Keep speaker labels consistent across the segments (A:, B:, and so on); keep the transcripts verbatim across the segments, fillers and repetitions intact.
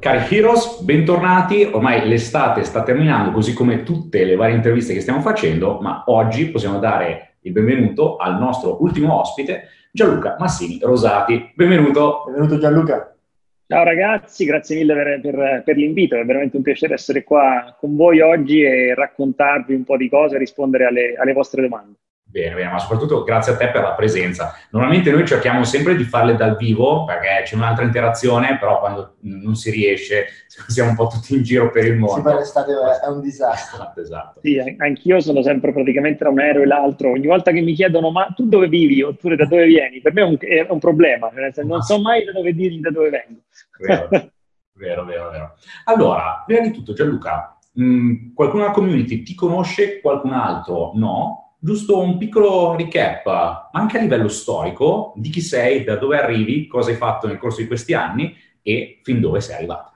A: Cari Heroes, bentornati. Ormai l'estate sta terminando, così come tutte le varie interviste che stiamo facendo, ma oggi possiamo dare il benvenuto al nostro ultimo ospite, Gianluca Massini Rosati. Benvenuto.
B: Benvenuto Gianluca.
C: Ciao ragazzi, grazie mille per, per, per l'invito, è veramente un piacere essere qua con voi oggi e raccontarvi un po' di cose e rispondere alle, alle vostre domande.
A: Bene, bene, ma soprattutto grazie a te per la presenza. Normalmente noi cerchiamo sempre di farle dal vivo perché c'è un'altra interazione, però quando non si riesce siamo un po' tutti in giro per il mondo.
B: Si fa l'estate, è un disastro.
A: Esatto, esatto.
C: Sì, anch'io sono sempre praticamente tra un aereo e l'altro. Ogni volta che mi chiedono ma tu dove vivi oppure da dove vieni, per me è un, è un problema, non so mai da dove dirgli da dove vengo.
A: Vero, vero, vero, vero. Allora, prima di tutto Gianluca, mh, qualcuno nella community ti conosce, qualcun altro no? Giusto un piccolo recap, anche a livello storico, di chi sei, da dove arrivi, cosa hai fatto nel corso di questi anni e fin dove sei arrivato.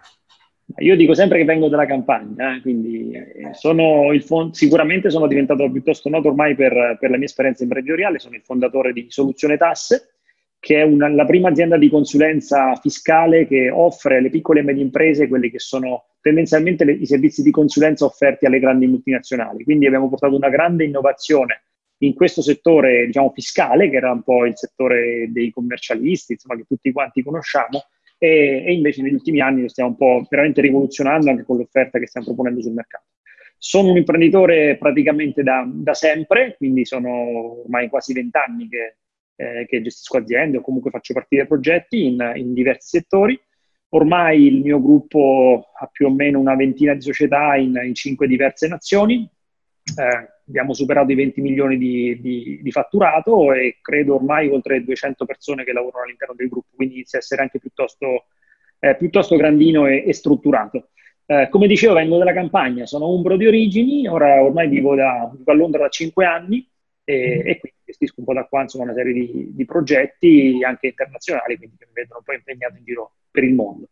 C: Io dico sempre che vengo dalla campagna, eh, quindi sono il fond- sicuramente sono diventato piuttosto noto ormai per, per la mia esperienza imprenditoriale. Sono il fondatore di Soluzione Tasse, che è una, la prima azienda di consulenza fiscale che offre alle piccole e medie imprese quelli che sono tendenzialmente le, i servizi di consulenza offerti alle grandi multinazionali. Quindi abbiamo portato una grande innovazione in questo settore, diciamo, fiscale, che era un po' il settore dei commercialisti, insomma, che tutti quanti conosciamo, e, e invece negli ultimi anni lo stiamo un po' veramente rivoluzionando anche con l'offerta che stiamo proponendo sul mercato. Sono un imprenditore praticamente da, da sempre, quindi sono ormai quasi vent'anni che Eh, che gestisco aziende o comunque faccio partire progetti in, in diversi settori. Ormai il mio gruppo ha più o meno una ventina di società in, in cinque diverse nazioni. Eh, abbiamo superato i venti milioni di, di, di fatturato e credo ormai oltre duecento persone che lavorano all'interno del gruppo, quindi inizia a essere anche piuttosto, eh, piuttosto grandino e, e strutturato. Eh, come dicevo, vengo dalla campagna, sono umbro di origini, ora ormai vivo, da, vivo a Londra da cinque anni e, e quindi gestisco un po' da qua insomma, una serie di, di progetti anche internazionali, quindi che mi vedono un po' impegnato in giro per il mondo.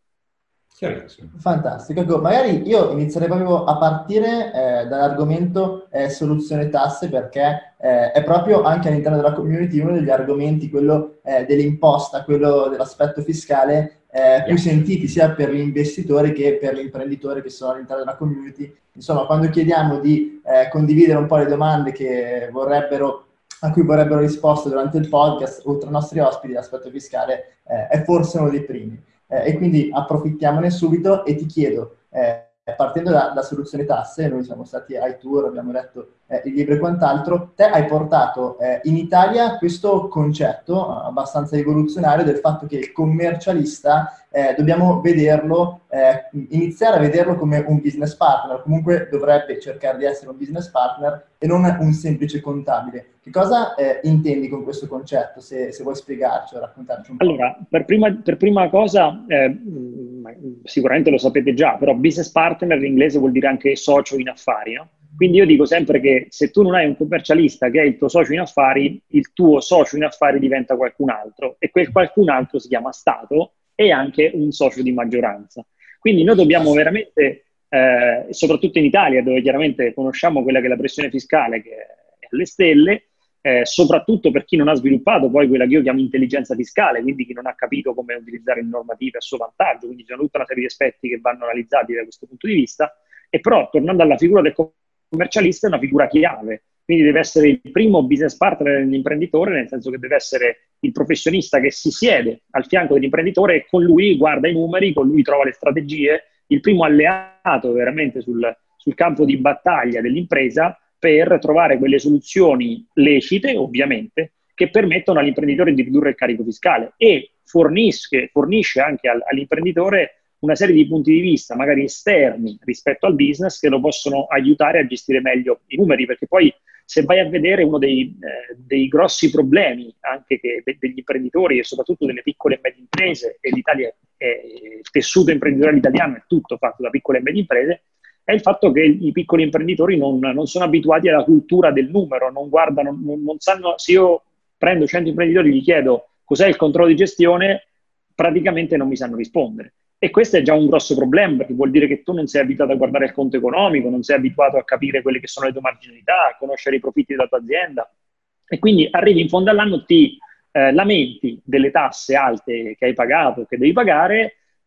B: Fantastico. Ecco, magari io inizierei proprio a partire eh, dall'argomento eh, soluzione tasse, perché eh, è proprio anche all'interno della community uno degli argomenti, quello eh, dell'imposta, quello dell'aspetto fiscale, eh, più sentiti sia per l'investitore che per l'imprenditore che sono all'interno della community. Insomma, quando chiediamo di eh, condividere un po' le domande che vorrebbero a cui vorrebbero risposte durante il podcast, oltre ai nostri ospiti, l'aspetto fiscale eh, è forse uno dei primi. Eh, e quindi approfittiamone subito e ti chiedo, eh, partendo da, da Soluzione Tasse, noi siamo stati ai tour, abbiamo letto eh, il libro e quant'altro, te hai portato eh, in Italia questo concetto abbastanza rivoluzionario del fatto che il commercialista eh, dobbiamo vederlo, eh, iniziare a vederlo come un business partner, comunque dovrebbe cercare di essere un business partner e non un semplice contabile. Che cosa eh, intendi con questo concetto, se, se vuoi spiegarci o raccontarci un po'?
C: Allora, per prima, per prima cosa, eh, sicuramente lo sapete già, però business partner in inglese vuol dire anche socio in affari, no? Quindi io dico sempre che se tu non hai un commercialista che è il tuo socio in affari, il tuo socio in affari diventa qualcun altro e quel qualcun altro si chiama Stato e anche un socio di maggioranza. Quindi noi dobbiamo veramente, eh, soprattutto in Italia, dove chiaramente conosciamo quella che è la pressione fiscale che è alle stelle, Eh, soprattutto per chi non ha sviluppato poi quella che io chiamo intelligenza fiscale, quindi chi non ha capito come utilizzare le normative a suo vantaggio, quindi c'è tutta una serie di aspetti che vanno analizzati da questo punto di vista. E però, tornando alla figura del commercialista, è una figura chiave, quindi deve essere il primo business partner dell'imprenditore, nel senso che deve essere il professionista che si siede al fianco dell'imprenditore e con lui guarda i numeri, con lui trova le strategie, il primo alleato veramente sul, sul campo di battaglia dell'impresa, per trovare quelle soluzioni lecite, ovviamente, che permettono all'imprenditore di ridurre il carico fiscale e fornisce, fornisce anche al, all'imprenditore una serie di punti di vista, magari esterni rispetto al business, che lo possono aiutare a gestire meglio i numeri, perché poi se vai a vedere uno dei, eh, dei grossi problemi anche che, de, degli imprenditori e soprattutto delle piccole e medie imprese, e l'Italia, è, il tessuto imprenditoriale italiano è tutto fatto da piccole e medie imprese, è il fatto che i piccoli imprenditori non, non sono abituati alla cultura del numero, non guardano, non, non sanno, se io prendo cento imprenditori e gli chiedo cos'è il controllo di gestione, praticamente non mi sanno rispondere. E questo è già un grosso problema, perché vuol dire che tu non sei abituato a guardare il conto economico, non sei abituato a capire quelle che sono le tue marginalità, a conoscere i profitti della tua azienda. E quindi arrivi in fondo all'anno, ti eh, lamenti delle tasse alte che hai pagato, che devi pagare,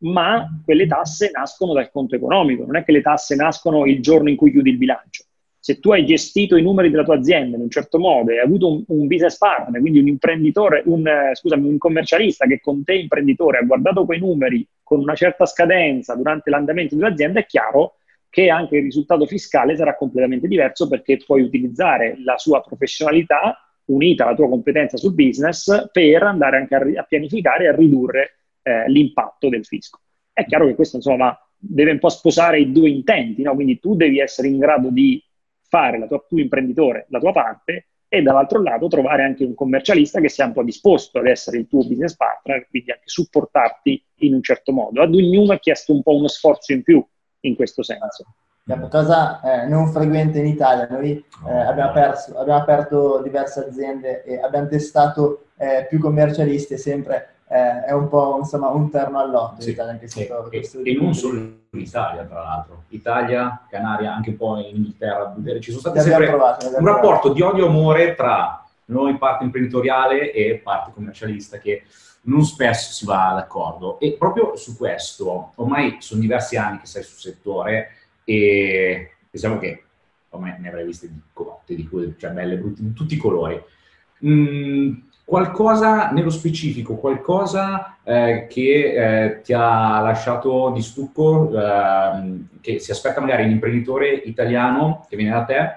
C: ma quelle tasse nascono dal conto economico, non è che le tasse nascono il giorno in cui chiudi il bilancio. Se tu hai gestito i numeri della tua azienda in un certo modo e hai avuto un, un business partner, quindi un imprenditore, un, eh, scusami, un commercialista che con te imprenditore ha guardato quei numeri con una certa scadenza durante l'andamento dell'azienda, è chiaro che anche il risultato fiscale sarà completamente diverso, perché puoi utilizzare la sua professionalità unita alla tua competenza sul business per andare anche a, a pianificare e a ridurre eh, l'impatto del fisco. È chiaro che questo, insomma, deve un po' sposare i due intenti, no? Quindi tu devi essere in grado di fare la tua, tu imprenditore, la tua parte, e dall'altro lato trovare anche un commercialista che sia un po' disposto ad essere il tuo business partner, quindi anche supportarti in un certo modo. Ad ognuno è chiesto un po' uno sforzo in più in questo senso.
B: Cosa eh, non frequente in Italia. Noi eh, abbiamo, perso, abbiamo aperto diverse aziende e abbiamo testato eh, più commercialisti, e sempre eh, è un po' insomma un terno all'otto
A: sì,
B: in Italia anche
A: sì,
B: sotto,
A: e, e non solo in Italia, tra l'altro. Italia, Canaria, anche un po' in Inghilterra. Ci sono state sempre provato, un rapporto di odio-amore tra noi, parte imprenditoriale, e parte commercialista, che non spesso si va d'accordo. E proprio su questo, ormai sono diversi anni che sei sul settore, e diciamo che ormai ne avrei viste di cotte, di cose, cioè belle, brutte, di tutti i colori. Mm, qualcosa nello specifico, qualcosa eh, che eh, ti ha lasciato di stucco, eh, che si aspetta magari l'imprenditore italiano che viene da te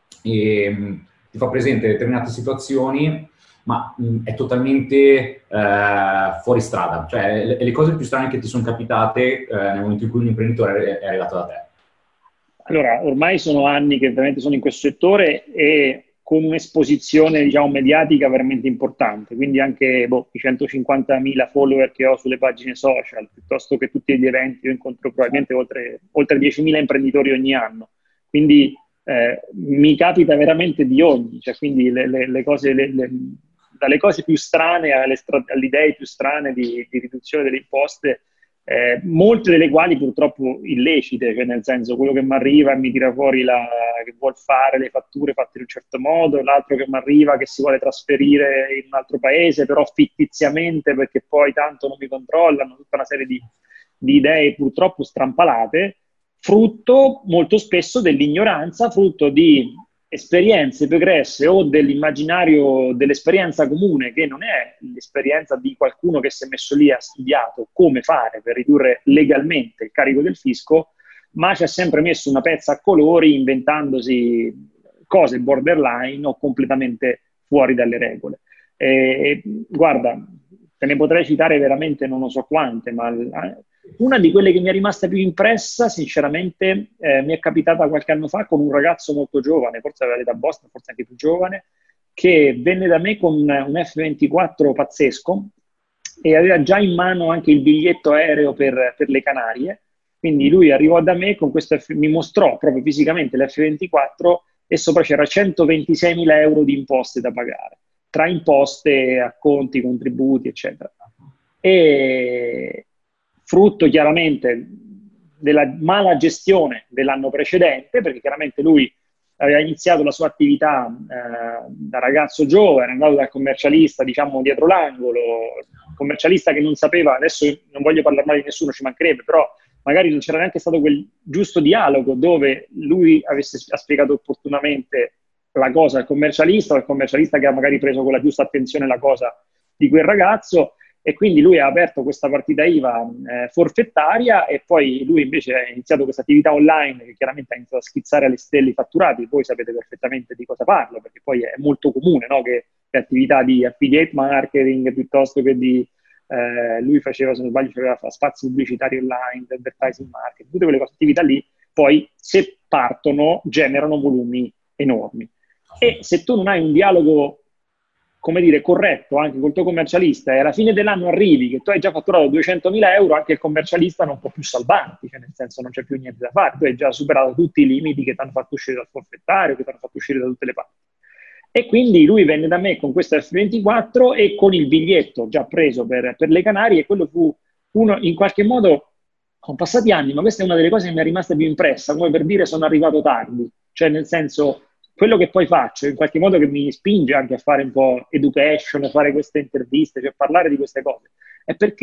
A: e mh, ti fa presente determinate situazioni, ma mh, è totalmente eh, fuori strada, cioè le, le cose più strane che ti sono capitate eh, nel momento in cui un imprenditore è, è arrivato da te.
C: Allora, ormai sono anni che veramente sono in questo settore e con un'esposizione, diciamo, mediatica veramente importante, quindi anche boh, i centocinquantamila follower che ho sulle pagine social, piuttosto che tutti gli eventi. Io incontro probabilmente oltre, oltre diecimila imprenditori ogni anno, quindi eh, mi capita veramente di ogni, cioè quindi le, le, le cose, le, le, dalle cose più strane alle, alle idee più strane di, di riduzione delle imposte, Eh, molte delle quali purtroppo illecite, cioè nel senso, quello che mi arriva e mi tira fuori la, che vuol fare le fatture fatte in un certo modo, l'altro che mi arriva che si vuole trasferire in un altro paese però fittiziamente perché poi tanto non mi controllano, tutta una serie di, di idee purtroppo strampalate, frutto molto spesso dell'ignoranza, frutto di esperienze pregresse o dell'immaginario dell'esperienza comune, che non è l'esperienza di qualcuno che si è messo lì e ha studiato come fare per ridurre legalmente il carico del fisco, ma ci ha sempre messo una pezza a colori inventandosi cose borderline o completamente fuori dalle regole. E, guarda, te ne potrei citare veramente non lo so quante, ma una di quelle che mi è rimasta più impressa, sinceramente, eh, mi è capitata qualche anno fa con un ragazzo molto giovane, forse aveva l'età vostra, forse anche più giovane, che venne da me con un F ventiquattro pazzesco e aveva già in mano anche il biglietto aereo per, per le Canarie. Quindi lui arrivò da me con questo, F- mi mostrò proprio fisicamente l'F ventiquattro e sopra c'era centoventiseimila euro di imposte da pagare, tra imposte, acconti, contributi, eccetera. E frutto chiaramente della mala gestione dell'anno precedente, perché chiaramente lui aveva iniziato la sua attività eh, da ragazzo giovane, è andato dal commercialista, diciamo, dietro l'angolo, commercialista che non sapeva, adesso non voglio parlare male di nessuno, ci mancherebbe, però magari non c'era neanche stato quel giusto dialogo dove lui avesse ha spiegato opportunamente la cosa al commercialista, o il commercialista che ha magari preso con la giusta attenzione la cosa di quel ragazzo, e quindi lui ha aperto questa partita I V A eh, forfettaria, e poi lui invece ha iniziato questa attività online che chiaramente ha iniziato a schizzare alle stelle i fatturati. Voi sapete perfettamente di cosa parlo, perché poi è molto comune, no? Che le attività di affiliate marketing piuttosto che di eh, lui faceva, se non sbaglio, faceva spazi pubblicitari online, advertising marketing, tutte quelle attività lì poi, se partono, generano volumi enormi. E se tu non hai un dialogo, come dire, corretto anche col tuo commercialista, e alla fine dell'anno arrivi che tu hai già fatturato duecentomila euro, anche il commercialista non può più salvarti, cioè nel senso non c'è più niente da fare, tu hai già superato tutti i limiti che ti hanno fatto uscire dal forfettario, che ti hanno fatto uscire da tutte le parti. E quindi lui venne da me con questo F ventiquattro e con il biglietto già preso per, per le Canarie, e quello fu uno, in qualche modo, sono passati anni, ma questa è una delle cose che mi è rimasta più impressa, come per dire sono arrivato tardi, cioè nel senso, quello che poi faccio, in qualche modo che mi spinge anche a fare un po' education, a fare queste interviste, cioè parlare di queste cose, è perché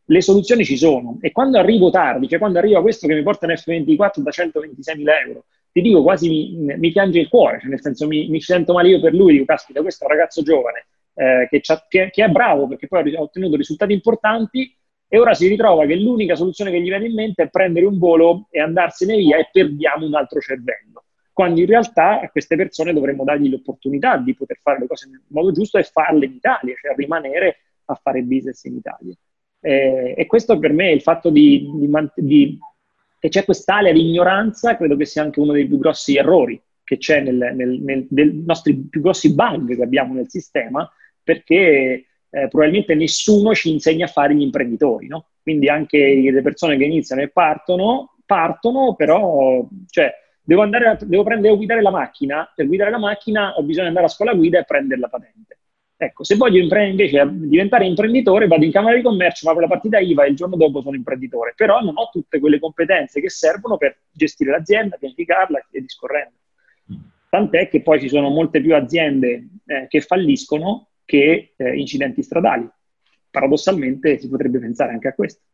C: le soluzioni ci sono, e quando arrivo tardi, cioè quando arriva questo che mi porta in F ventiquattro da centoventiseimila euro, ti dico quasi mi, mi piange il cuore, cioè nel senso mi, mi sento male io per lui, dico caspita, questo è un ragazzo giovane eh, che, che, che è bravo perché poi ha ottenuto risultati importanti e ora si ritrova che l'unica soluzione che gli viene in mente è prendere un volo e andarsene via e perdiamo un altro cervello, quando in realtà a queste persone dovremmo dargli l'opportunità di poter fare le cose nel modo giusto e farle in Italia, cioè rimanere a fare business in Italia. Eh, e questo per me, il fatto di, di, di che c'è quest'area di ignoranza, credo che sia anche uno dei più grossi errori che c'è nel, nel, nel, dei nostri più grossi bug che abbiamo nel sistema, perché eh, probabilmente nessuno ci insegna a fare gli imprenditori, no? Quindi anche le persone che iniziano e partono, partono, però cioè, devo andare a, devo prendere, devo guidare la macchina, per guidare la macchina ho bisogno di andare a scuola guida e prendere la patente. Ecco, se voglio impre- invece diventare imprenditore, vado in Camera di Commercio, apro la partita I V A e il giorno dopo sono imprenditore, però non ho tutte quelle competenze che servono per gestire l'azienda, pianificarla e discorrendo. Tant'è che poi ci sono molte più aziende eh, che falliscono che eh, incidenti stradali. Paradossalmente si potrebbe pensare anche a questo.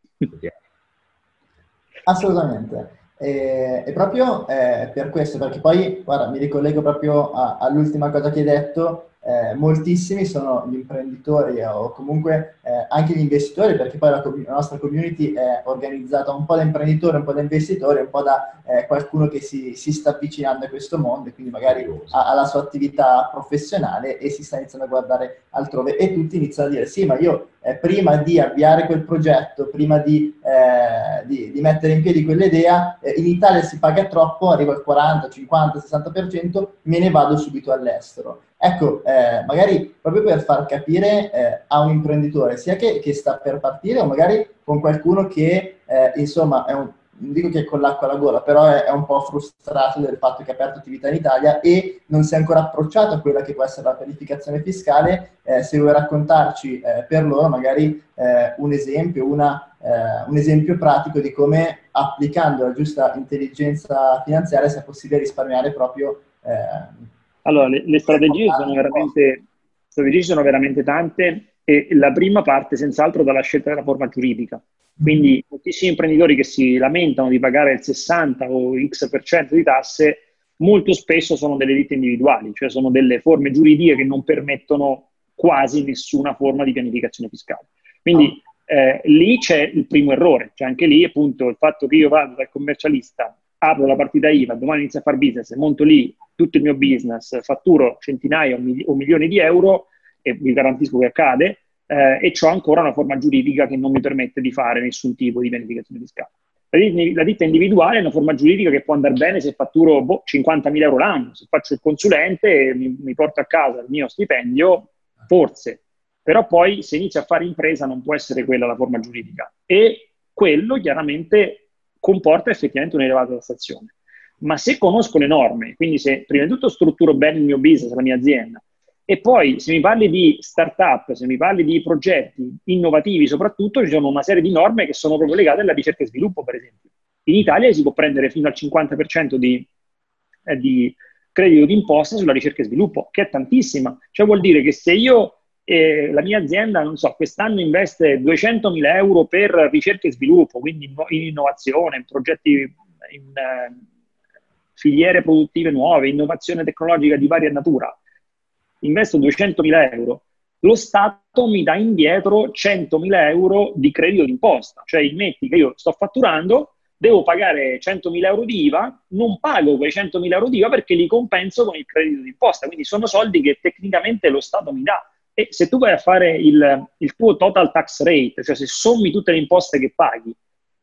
B: Assolutamente. E, e proprio eh, per questo, perché poi, guarda, mi ricollego proprio a, all'ultima cosa che hai detto, eh, moltissimi sono gli imprenditori eh, o comunque eh, anche gli investitori, perché poi la, la nostra community è organizzata un po' da imprenditori, un po' da investitori, un po' da eh, qualcuno che si, si sta avvicinando a questo mondo e quindi magari ha, ha la sua attività professionale e si sta iniziando a guardare altrove e tutti iniziano a dire sì, ma io eh, prima di avviare quel progetto, prima di, eh, di, di mettere in piedi quell'idea, eh, in Italia si paga troppo, arrivo al quaranta, cinquanta, sessanta per cento, me ne vado subito all'estero. Ecco, eh, magari proprio per far capire eh, a un imprenditore, sia che, che sta per partire o magari con qualcuno che, eh, insomma, è un, non dico che è con l'acqua alla gola, però è, è un po' frustrato del fatto che ha aperto attività in Italia e non si è ancora approcciato a quella che può essere la pianificazione fiscale. Eh, se vuoi raccontarci eh, per loro magari eh, un esempio, una, eh, un esempio pratico di come applicando la giusta intelligenza finanziaria sia possibile risparmiare proprio... Eh,
C: Allora, le, le strategie sono veramente, strategie sono veramente tante e la prima parte senz'altro dalla scelta della forma giuridica. Quindi moltissimi imprenditori che si lamentano di pagare il sessanta o X per cento di tasse, molto spesso sono delle ditte individuali, cioè sono delle forme giuridiche che non permettono quasi nessuna forma di pianificazione fiscale. Quindi eh, lì c'è il primo errore, cioè anche lì appunto il fatto che io vado dal commercialista, apro la partita I V A, domani inizio a fare business, monto lì tutto il mio business, fatturo centinaia o, mili- o milioni di euro e vi garantisco che accade, eh, e ho ancora una forma giuridica che non mi permette di fare nessun tipo di pianificazione fiscale. La ditta, la ditta individuale è una forma giuridica che può andare bene se fatturo boh, cinquantamila euro l'anno, se faccio il consulente e mi, mi porto a casa il mio stipendio, forse. Però poi se inizio a fare impresa non può essere quella la forma giuridica. E quello chiaramente comporta effettivamente un'elevata tassazione. Ma se conosco le norme, quindi se prima di tutto strutturo bene il mio business, la mia azienda, e poi se mi parli di startup, se mi parli di progetti innovativi soprattutto, ci sono una serie di norme che sono proprio legate alla ricerca e sviluppo, per esempio. In Italia si può prendere fino al cinquanta per cento di, eh, di credito d'imposta sulla ricerca e sviluppo, che è tantissima. Cioè vuol dire che se io, eh, la mia azienda, non so, quest'anno investe duecentomila euro per ricerca e sviluppo, quindi in innovazione, in progetti, in eh, filiere produttive nuove, innovazione tecnologica di varia natura, investo duecentomila euro, lo Stato mi dà indietro centomila euro di credito d'imposta. Cioè, metti che io sto fatturando, devo pagare centomila euro di I V A, non pago quei centomila euro di I V A perché li compenso con il credito d'imposta. Quindi sono soldi che tecnicamente lo Stato mi dà. E se tu vai a fare il, il tuo total tax rate, cioè se sommi tutte le imposte che paghi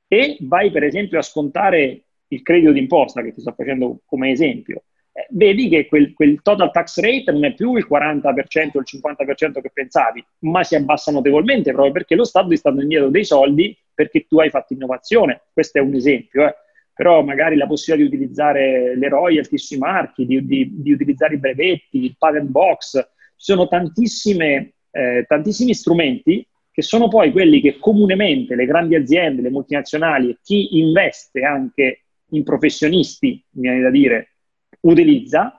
C: e vai per esempio a scontare il credito d'imposta, che ti sto facendo come esempio, eh, vedi che quel, quel total tax rate non è più il quaranta per cento o il cinquanta per cento che pensavi, ma si abbassa notevolmente proprio perché lo Stato ti sta dando indietro dei soldi perché tu hai fatto innovazione. Questo è un esempio, eh. Però magari la possibilità di utilizzare le royalty sui marchi, di, di, di utilizzare i brevetti, il patent box, ci sono tantissime, eh, tantissimi strumenti che sono poi quelli che comunemente le grandi aziende, le multinazionali e chi investe anche in professionisti, mi viene da dire, utilizza,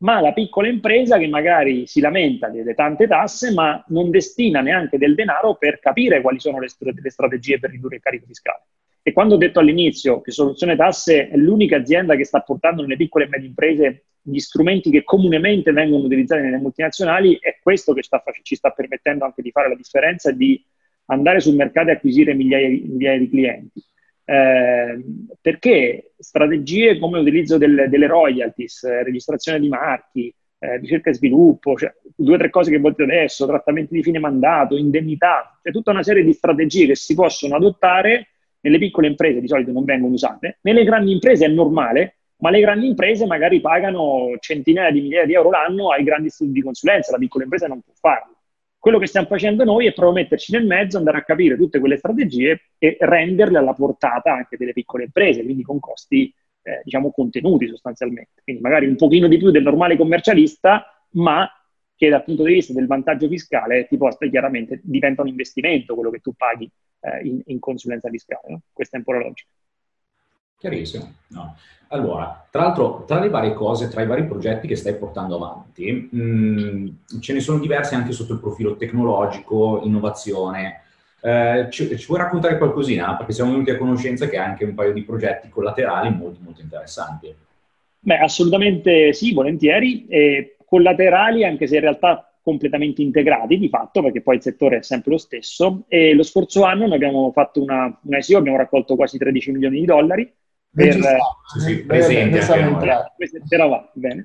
C: ma la piccola impresa che magari si lamenta delle tante tasse, ma non destina neanche del denaro per capire quali sono le, le strategie per ridurre il carico fiscale. E quando ho detto all'inizio che Soluzione Tasse è l'unica azienda che sta portando nelle piccole e medie imprese gli strumenti che comunemente vengono utilizzati nelle multinazionali, è questo che sta, ci sta permettendo anche di fare la differenza e di andare sul mercato e acquisire migliaia, migliaia di clienti. Eh, perché strategie come l'utilizzo del, delle royalties, eh, registrazione di marchi, eh, ricerca e sviluppo, cioè due o tre cose che volete adesso, trattamenti di fine mandato, indennità, c'è tutta una serie di strategie che si possono adottare. Nelle piccole imprese di solito non vengono usate, nelle grandi imprese è normale, ma le grandi imprese magari pagano centinaia di migliaia di euro l'anno ai grandi studi di consulenza, la piccola impresa non può farlo. Quello che stiamo facendo noi è proprio metterci nel mezzo, andare a capire tutte quelle strategie e renderle alla portata anche delle piccole imprese, quindi con costi, eh, diciamo, contenuti sostanzialmente. Quindi magari un pochino di più del normale commercialista, ma che dal punto di vista del vantaggio fiscale ti porta chiaramente, diventa un investimento quello che tu paghi eh, in, in consulenza fiscale. No? Questa è un po' la logica.
A: Chiarissimo. No. Allora, tra l'altro, tra le varie cose, tra i vari progetti che stai portando avanti, mh, ce ne sono diversi anche sotto il profilo tecnologico, innovazione. Eh, ci, ci vuoi raccontare qualcosina? Perché siamo venuti a conoscenza che hai anche un paio di progetti collaterali molto, molto interessanti.
C: Beh, assolutamente sì, volentieri. E collaterali, anche se in realtà completamente integrati di fatto, perché poi il settore è sempre lo stesso. E lo scorso anno noi abbiamo fatto una, una I C O, abbiamo raccolto quasi tredici milioni di dollari. Per,
B: sì,
A: sì, presente,
C: eravamo, bene,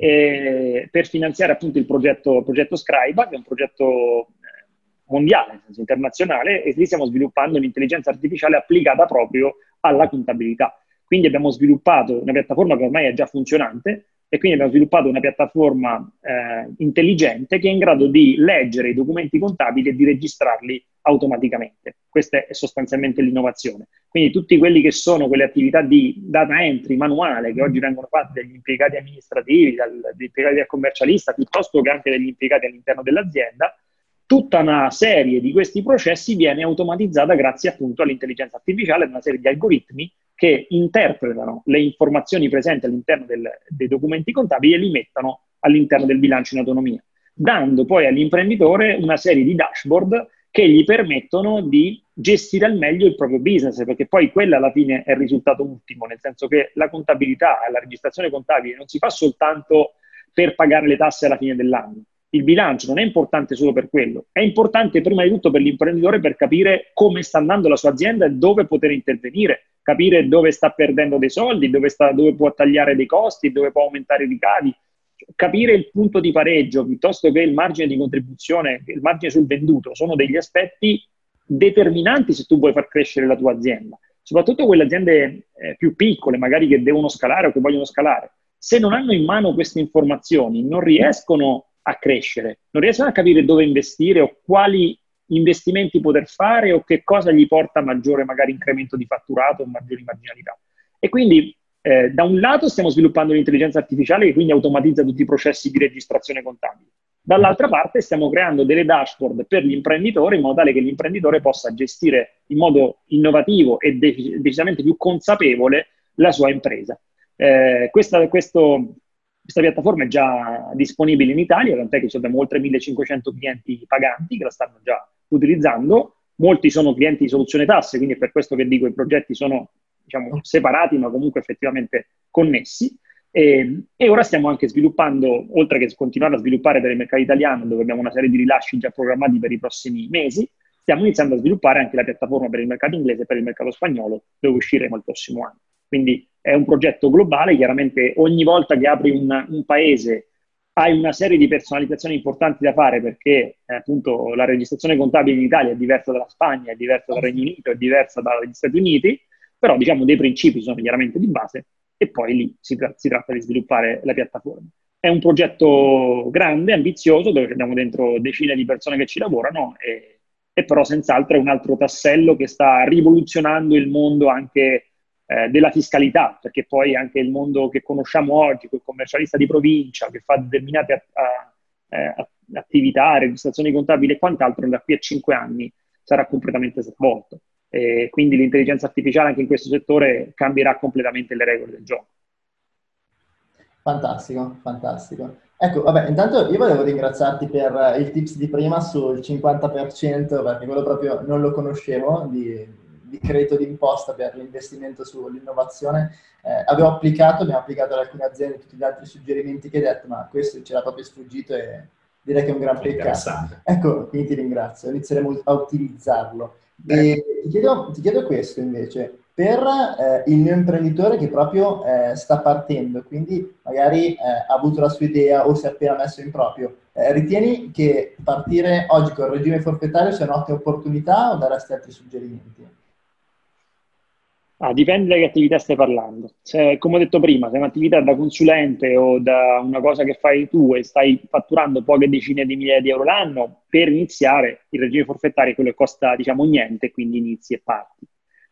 C: e per finanziare appunto il progetto, il progetto Scriba, che è un progetto mondiale, nel senso internazionale, e lì stiamo sviluppando l'intelligenza artificiale applicata proprio alla contabilità. Quindi abbiamo sviluppato una piattaforma che ormai è già funzionante, e quindi abbiamo sviluppato una piattaforma eh, intelligente che è in grado di leggere i documenti contabili e di registrarli automaticamente. Questa è sostanzialmente l'innovazione. Quindi tutti quelli che sono quelle attività di data entry manuale che oggi vengono fatte dagli impiegati amministrativi, dal, dagli impiegati del commercialista, piuttosto che anche dagli impiegati all'interno dell'azienda, tutta una serie di questi processi viene automatizzata grazie appunto all'intelligenza artificiale e una serie di algoritmi che interpretano le informazioni presenti all'interno del, dei documenti contabili e li mettono all'interno del bilancio in autonomia, dando poi all'imprenditore una serie di dashboard che gli permettono di gestire al meglio il proprio business, perché poi quello alla fine è il risultato ultimo, nel senso che la contabilità, la registrazione contabile non si fa soltanto per pagare le tasse alla fine dell'anno. Il bilancio non è importante solo per quello, è importante prima di tutto per l'imprenditore per capire come sta andando la sua azienda e dove poter intervenire, capire dove sta perdendo dei soldi, dove, sta, dove può tagliare dei costi, dove può aumentare i ricavi, capire il punto di pareggio piuttosto che il margine di contribuzione, il margine sul venduto, sono degli aspetti determinanti se tu vuoi far crescere la tua azienda, soprattutto quelle aziende eh, più piccole, magari che devono scalare o che vogliono scalare. Se non hanno in mano queste informazioni, non riescono a crescere, non riescono a capire dove investire o quali investimenti poter fare o che cosa gli porta maggiore magari incremento di fatturato o maggiori marginalità. E quindi eh, da un lato stiamo sviluppando l'intelligenza artificiale che quindi automatizza tutti i processi di registrazione contabile. Dall'altra parte stiamo creando delle dashboard per l'imprenditore in modo tale che l'imprenditore possa gestire in modo innovativo e de- decisamente più consapevole la sua impresa. Eh, questa, questo Questa piattaforma è già disponibile in Italia, tant'è che abbiamo oltre millecinquecento clienti paganti che la stanno già utilizzando. Molti sono clienti di Soluzione Tasse, quindi è per questo che dico i progetti sono, diciamo, separati, ma comunque effettivamente connessi. E, e ora stiamo anche sviluppando, oltre che continuare a sviluppare per il mercato italiano, dove abbiamo una serie di rilasci già programmati per i prossimi mesi, stiamo iniziando a sviluppare anche la piattaforma per il mercato inglese e per il mercato spagnolo, dove usciremo il prossimo anno. Quindi è un progetto globale, chiaramente ogni volta che apri un, un paese hai una serie di personalizzazioni importanti da fare perché eh, appunto la registrazione contabile in Italia è diversa dalla Spagna, è diversa dal Regno Unito, è diversa dagli Stati Uniti, però diciamo dei principi sono chiaramente di base e poi lì si, tra- si tratta di sviluppare la piattaforma. È un progetto grande, ambizioso, dove abbiamo dentro decine di persone che ci lavorano e, e però senz'altro è un altro tassello che sta rivoluzionando il mondo anche Eh, della fiscalità, perché poi anche il mondo che conosciamo oggi, quel commercialista di provincia che fa determinate a, a, a, attività, registrazioni contabili e quant'altro, da qui a cinque anni sarà completamente svolto. E quindi l'intelligenza artificiale anche in questo settore cambierà completamente le regole del gioco.
B: Fantastico, fantastico. Ecco, vabbè, intanto io volevo ringraziarti per il tips di prima sul cinquanta per cento, perché quello proprio non lo conoscevo, di, di credito d'imposta per l'investimento sull'innovazione. Eh, avevo applicato, abbiamo applicato ad alcune aziende tutti gli altri suggerimenti che hai detto, ma questo c'era proprio sfuggito e direi che è un gran peccato. Ecco, quindi ti ringrazio, inizieremo a utilizzarlo. E ti chiedo, ti chiedo questo invece. Per eh, il mio imprenditore che proprio eh, sta partendo, quindi magari eh, ha avuto la sua idea o si è appena messo in proprio, eh, ritieni che partire oggi col regime forfettario sia un'ottima opportunità o daresti altri suggerimenti?
C: Ah, dipende da che attività stai parlando. Se, come ho detto prima, se è un'attività da consulente o da una cosa che fai tu e stai fatturando poche decine di migliaia di euro l'anno, per iniziare il regime forfettario è quello che costa, diciamo, niente, quindi inizi e parti.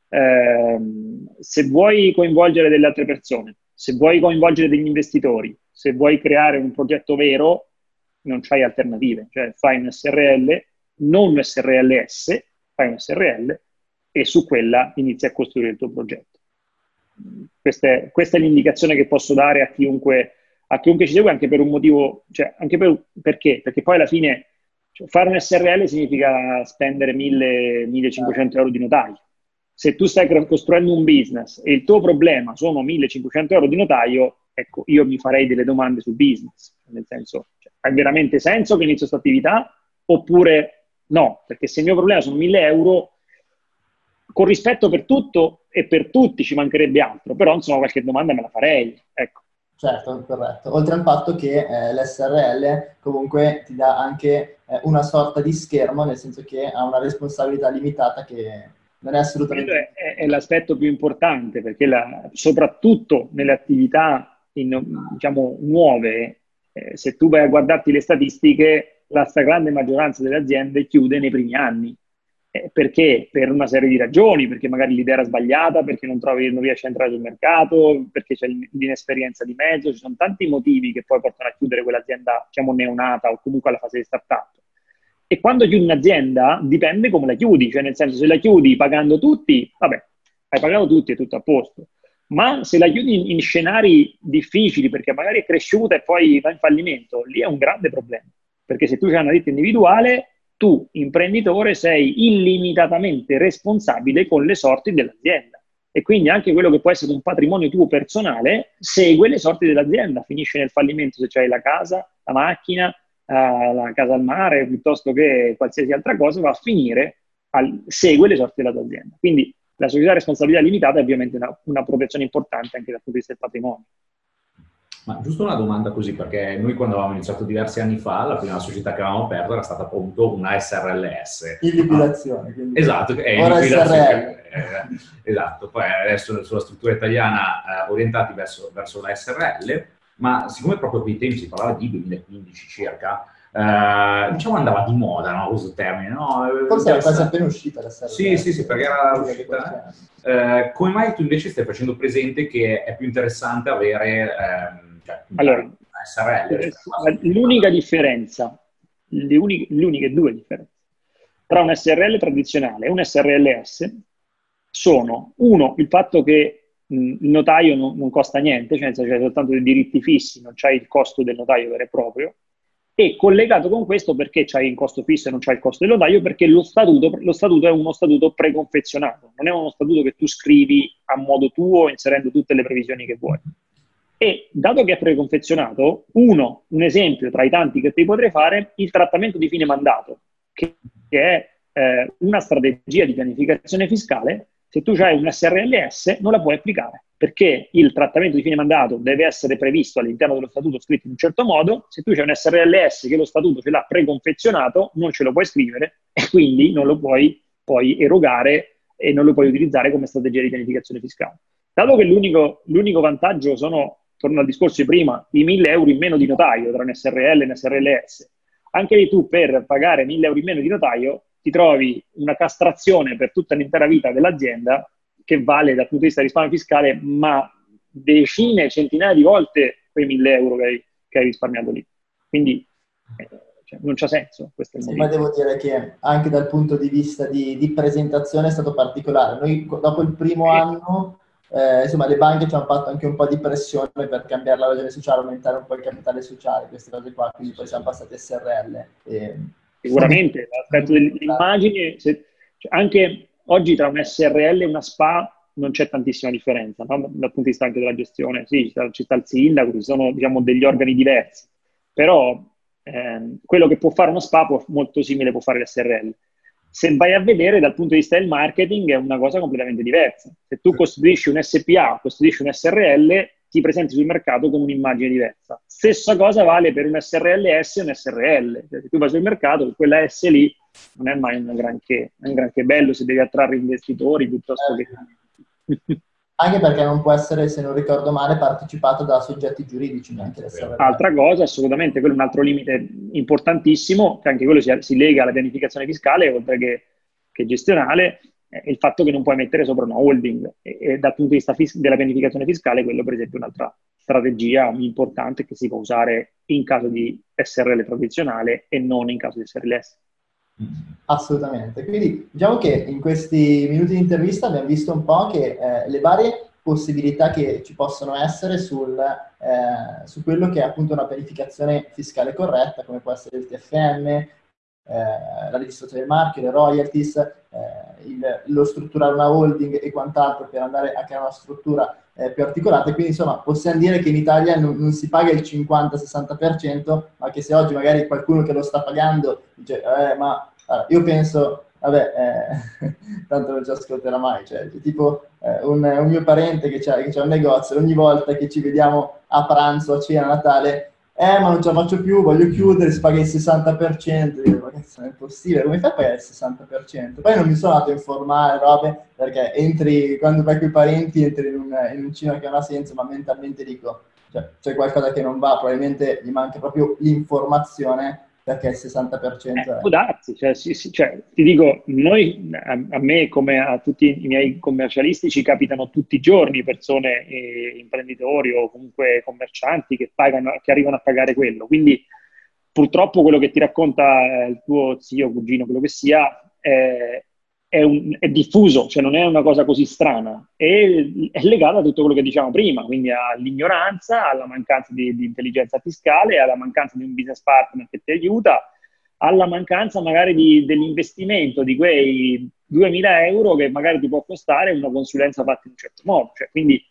C: Eh, se vuoi coinvolgere delle altre persone, se vuoi coinvolgere degli investitori, se vuoi creare un progetto vero, non c'hai alternative. Cioè fai un S R L, non un S R L S, fai un S R L e su quella inizi a costruire il tuo progetto. Questa è, questa è l'indicazione che posso dare a chiunque, a chiunque ci segue, anche per un motivo, cioè anche per, perché? Perché poi alla fine cioè, fare un S R L significa spendere mille millecinquecento euro di notaio. Se tu stai costruendo un business e il tuo problema sono millecinquecento euro di notaio, ecco, io mi farei delle domande sul business, nel senso, cioè, ha veramente senso che inizio questa attività oppure no? Perché se il mio problema sono mille euro, con rispetto per tutto e per tutti ci mancherebbe altro, però insomma qualche domanda me la farei, ecco.
B: Certo, corretto. Oltre al fatto che eh, l'S R L comunque ti dà anche eh, una sorta di schermo, nel senso che ha una responsabilità limitata che non è assolutamente...
C: È, è, è l'aspetto più importante, perché la, soprattutto nelle attività in, diciamo, nuove, eh, se tu vai a guardarti le statistiche, la stragrande maggioranza delle aziende chiude nei primi anni. Eh, perché? Per una serie di ragioni, perché magari l'idea era sbagliata, perché non, trovi, non riesci a entrare sul mercato, perché c'è l'inesperienza di mezzo, ci sono tanti motivi che poi portano a chiudere quell'azienda, diciamo, neonata o comunque alla fase di startup. E quando chiudi un'azienda dipende come la chiudi, cioè nel senso se la chiudi pagando tutti, vabbè, hai pagato tutti, è tutto a posto. Ma se la chiudi in, in scenari difficili, perché magari è cresciuta e poi va in fallimento, lì è un grande problema. Perché se tu hai una ditta individuale, tu, imprenditore, sei illimitatamente responsabile con le sorti dell'azienda. E quindi anche quello che può essere un patrimonio tuo personale segue le sorti dell'azienda. Finisce nel fallimento se c'hai la casa, la macchina, la casa al mare, piuttosto che qualsiasi altra cosa, va a finire, al, segue le sorti della tua azienda. Quindi la società a responsabilità limitata è ovviamente una, una protezione importante anche dal punto di vista del patrimonio.
A: Ma giusto una domanda così, perché noi quando avevamo iniziato diversi anni fa, la prima società che avevamo aperto era stata appunto una S R L S.
B: In liquidazione.
A: Ah, esatto, è
B: ora
A: in
B: S R L.
A: Eh, esatto, poi adesso sulla struttura italiana eh, orientati verso, verso la S R L, ma siccome proprio quei tempi si parlava di duemilaquindici circa, eh, diciamo andava di moda, no, questo termine, no?
B: Forse era quasi appena uscita la S R L.
A: Sì, sì, sì, perché era uscita. Eh, come mai tu invece stai facendo presente che è più interessante avere... Eh, Cioè,
C: allora,
A: S R L,
C: cioè, l'unica differenza, le uniche, le uniche due differenze tra un S R L tradizionale e un S R L S sono, uno, il fatto che mh, il notaio non, non costa niente, cioè c'è soltanto dei diritti fissi, non c'hai il costo del notaio vero e proprio, e collegato con questo perché c'hai il costo fisso e non c'hai il costo del notaio, perché lo statuto, lo statuto è uno statuto preconfezionato, non è uno statuto che tu scrivi a modo tuo inserendo tutte le previsioni che vuoi. E dato che è preconfezionato, uno, un esempio tra i tanti che ti potrei fare, il trattamento di fine mandato, che, che è eh, una strategia di pianificazione fiscale. Se tu hai un S R L S non la puoi applicare, perché il trattamento di fine mandato deve essere previsto all'interno dello statuto scritto in un certo modo. Se tu hai un S R L S che lo statuto ce l'ha preconfezionato, non ce lo puoi scrivere e quindi non lo puoi poi erogare e non lo puoi utilizzare come strategia di pianificazione fiscale. Dato che l'unico, l'unico vantaggio sono, torno al discorso di prima, i mille euro in meno di notaio tra un S R L e un S R L S, anche lì tu per pagare mille euro in meno di notaio ti trovi una castrazione per tutta l'intera vita dell'azienda che vale dal punto di vista del risparmio fiscale ma decine, centinaia di volte quei mille euro che hai, che hai risparmiato lì. Quindi eh, cioè, non c'ha senso. Questo è il
B: sì, ma devo dire che anche dal punto di vista di, di presentazione è stato particolare. Noi dopo il primo
C: eh.
B: anno eh, insomma le banche ci hanno fatto anche un po' di pressione per cambiare la ragione sociale, aumentare un po' il capitale sociale, queste cose qua, quindi poi siamo passati a S R L. E...
C: Sicuramente, l'aspetto dell'immagine, se, cioè anche oggi tra un S R L e una SPA non c'è tantissima differenza, no? Dal punto di vista anche della gestione, sì, ci sta, ci sta il sindaco, ci sono diciamo, degli organi diversi, però ehm, quello che può fare uno SPA può, molto simile può fare l'S R L. Se vai a vedere dal punto di vista del marketing è una cosa completamente diversa. Se tu costruisci un S P A, costruisci un S R L, ti presenti sul mercato con un'immagine diversa. Stessa cosa vale per un S R L S e un S R L. Se tu vai sul mercato, quella S lì non è mai un granché, un granché bello se devi attrarre investitori piuttosto che...
B: Anche perché non può essere, se non ricordo male, partecipato da soggetti giuridici neanche l'S R L.
C: Altra cosa, assolutamente, quello è un altro limite importantissimo, che anche quello si, si lega alla pianificazione fiscale, oltre che, che gestionale, è il fatto che non puoi mettere sopra una holding. E, e dal punto di vista fis- della pianificazione fiscale, quello per esempio è un'altra strategia importante che si può usare in caso di S R L tradizionale e non in caso di S R L S.
B: Assolutamente, quindi diciamo che in questi minuti di intervista abbiamo visto un po' che eh, le varie possibilità che ci possono essere sul, eh, su quello che è appunto una pianificazione fiscale corretta, come può essere il T F M, eh, la registrazione del marchio, le royalties, eh, il, lo strutturare una holding e quant'altro per andare a creare una struttura eh, più articolata. Quindi insomma possiamo dire che in Italia non, non si paga il cinquanta sessanta per cento, ma che se oggi magari qualcuno che lo sta pagando dice eh, ma allora, io penso, vabbè, eh, tanto non ci ascolterà mai, cioè, tipo eh, un, un mio parente che c'ha, che c'ha un negozio, ogni volta che ci vediamo a pranzo, a cena, a Natale, eh, ma non ce la faccio più, voglio chiudere, si paga il sessanta per cento, io, ma cazzo, non è possibile, come fai a pagare il sessanta per cento? Poi non mi sono andato a informare, robe, perché entri, quando vai con i parenti, entri in un, in un cinema che non ha senso, ma mentalmente dico, cioè, c'è qualcosa che non va, probabilmente gli manca proprio l'informazione, perché il sessanta per cento
C: Eh,
B: è...
C: può darsi, cioè, sì, sì, cioè, ti dico, noi, a, a me come a tutti i miei commercialisti ci capitano tutti i giorni persone, eh, imprenditori o comunque commercianti che, pagano, che arrivano a pagare quello, quindi purtroppo quello che ti racconta il tuo zio, cugino, quello che sia, è, è, un, è diffuso, cioè non è una cosa così strana, e è legata a tutto quello che diciamo prima, quindi all'ignoranza, alla mancanza di, di intelligenza fiscale, alla mancanza di un business partner che ti aiuta, alla mancanza magari di, dell'investimento di quei duemila euro che magari ti può costare una consulenza fatta in un certo modo. Cioè, quindi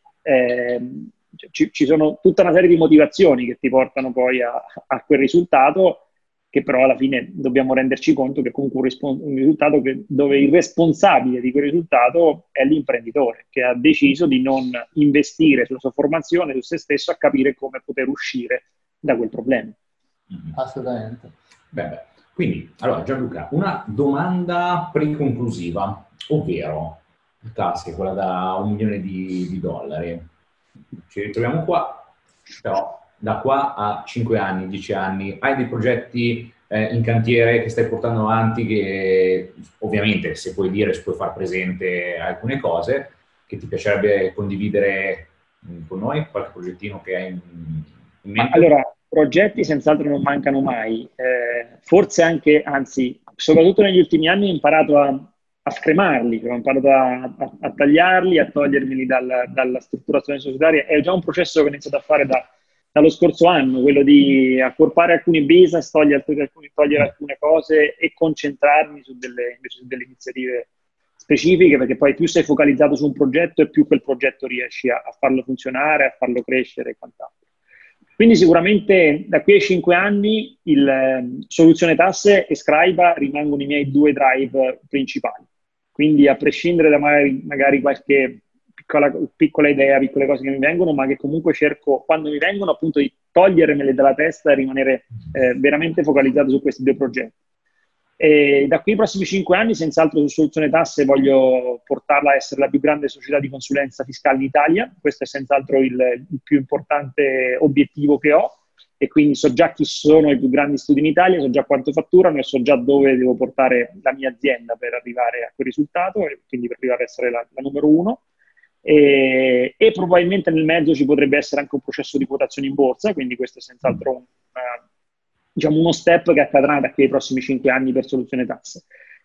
C: ehm, ci, ci sono tutta una serie di motivazioni che ti portano poi a, a quel risultato, che però alla fine dobbiamo renderci conto che comunque un, rispon- un risultato che, dove il responsabile di quel risultato è l'imprenditore, che ha deciso di non investire sulla sua formazione, su se stesso, a capire come poter uscire da quel problema.
B: Assolutamente.
A: Beh, quindi, allora Gianluca, una domanda preconclusiva, ovvero, la classe, quella da un milione di, di dollari, ci ritroviamo qua, però da qua a cinque anni, dieci anni, hai dei progetti eh, in cantiere che stai portando avanti che ovviamente, se puoi dire, se puoi far presente alcune cose, che ti piacerebbe condividere mh, con noi, qualche progettino che hai in, in mente?
C: Allora, progetti senz'altro non mancano mai, eh, forse anche, anzi, soprattutto negli ultimi anni ho imparato a, a scremarli, cioè ho imparato a, a, a tagliarli, a togliermeli dal, dalla strutturazione societaria. È già un processo che ho iniziato a fare da, dallo scorso anno, quello di accorpare alcuni business, togliere, togliere alcune cose e concentrarmi su delle, invece su delle iniziative specifiche, perché poi più sei focalizzato su un progetto e più quel progetto riesci a, a farlo funzionare, a farlo crescere e quant'altro. Quindi sicuramente da qui ai cinque anni il eh, Soluzione Tasse e Scriba rimangono i miei due drive principali. Quindi a prescindere da magari, magari qualche piccola, piccola idea, piccole cose che mi vengono, ma che comunque cerco, quando mi vengono, appunto di togliermele dalla testa e rimanere eh, veramente focalizzato su questi due progetti. E da qui ai prossimi cinque anni, senz'altro su Soluzione Tasse voglio portarla a essere la più grande società di consulenza fiscale in Italia. Questo è senz'altro il, il più importante obiettivo che ho, e quindi so già chi sono i più grandi studi in Italia, so già quanto fatturano e so già dove devo portare la mia azienda per arrivare a quel risultato, e quindi per arrivare a essere la, la numero uno. E, e probabilmente nel mezzo ci potrebbe essere anche un processo di quotazione in borsa, quindi questo è senz'altro un, uh, diciamo uno step che accadrà da qui ai prossimi cinque anni per Soluzione Tasse.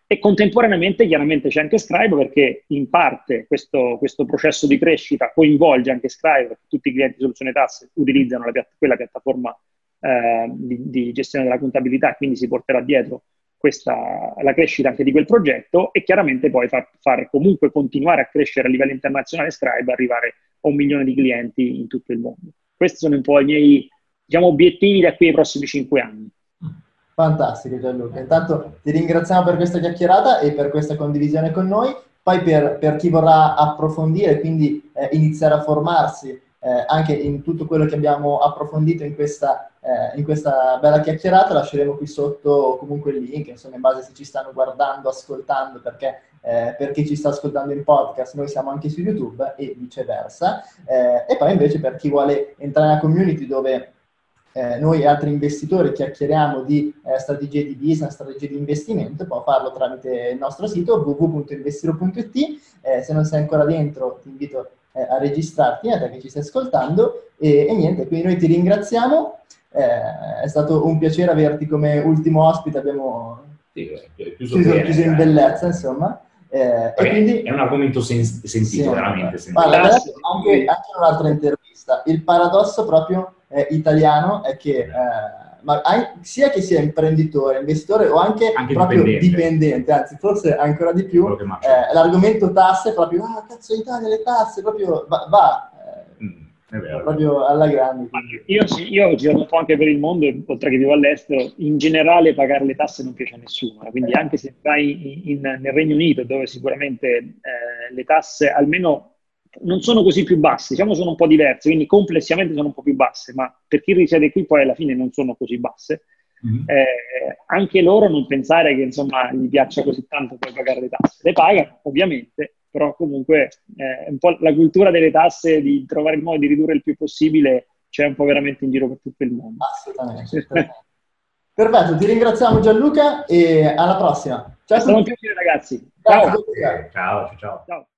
C: E contemporaneamente chiaramente c'è anche Scribe, perché in parte questo, questo processo di crescita coinvolge anche Scribe, perché tutti i clienti di Soluzione Tasse utilizzano la piatta, quella piattaforma eh, di, di gestione della contabilità, quindi si porterà dietro questa, la crescita anche di quel progetto, e chiaramente poi far, far comunque continuare a crescere a livello internazionale Scribe, arrivare a un milione di clienti in tutto il mondo. Questi sono un po' i miei, diciamo, obiettivi da qui ai prossimi cinque anni.
B: Fantastico Gianluca, intanto ti ringraziamo per questa chiacchierata e per questa condivisione con noi. Poi per, per chi vorrà approfondire, quindi eh, iniziare a formarsi eh, anche in tutto quello che abbiamo approfondito in questa, eh, in questa bella chiacchierata, lasceremo qui sotto comunque il link, insomma, in base se ci stanno guardando, ascoltando, perché eh, per chi ci sta ascoltando in podcast noi siamo anche su YouTube e viceversa. Eh, e poi invece per chi vuole entrare nella community dove Eh, noi e altri investitori chiacchieriamo di eh, strategie di business, strategie di investimento, può farlo tramite il nostro sito w w w punto investiro punto i t. Eh, se non sei ancora dentro ti invito eh, a registrarti, a te che ci stai ascoltando, e, e niente, quindi noi ti ringraziamo, eh, è stato un piacere averti come ultimo ospite, abbiamo
A: sì,
B: chiuso, bene, chiuso in bellezza, insomma. Eh, e quindi,
A: è un argomento sen- sentito, sì, veramente sentito.
B: Guarda, anche, anche un'altra intervista, il paradosso proprio eh, italiano è che eh, ma anche, sia che sia imprenditore, investitore o anche, anche proprio dipendente. dipendente, anzi forse ancora di più, eh, l'argomento tasse proprio, ah cazzo Italia le tasse, proprio va, va eh, mm, è vero. Proprio alla grande.
C: Io, io ho girato un po' anche per il mondo, oltre che vivo all'estero, in generale pagare le tasse non piace a nessuno, quindi anche se vai in, in, nel Regno Unito, dove sicuramente eh, le tasse almeno non sono così più basse, diciamo sono un po' diverse, quindi complessivamente sono un po' più basse, ma per chi risiede qui poi alla fine non sono così basse. Mm-hmm. Eh, anche loro non pensare che insomma gli piaccia così tanto poi pagare le tasse. Le pagano, ovviamente, però comunque eh, un po' la cultura delle tasse, di trovare il modo di ridurre il più possibile, c'è un po' veramente in giro per tutto il mondo.
B: Assolutamente. Perfetto, ti ringraziamo Gianluca e alla prossima.
C: Ciao. È stato un piacere ragazzi.
A: Ciao. Ciao, ciao, ciao. Ciao.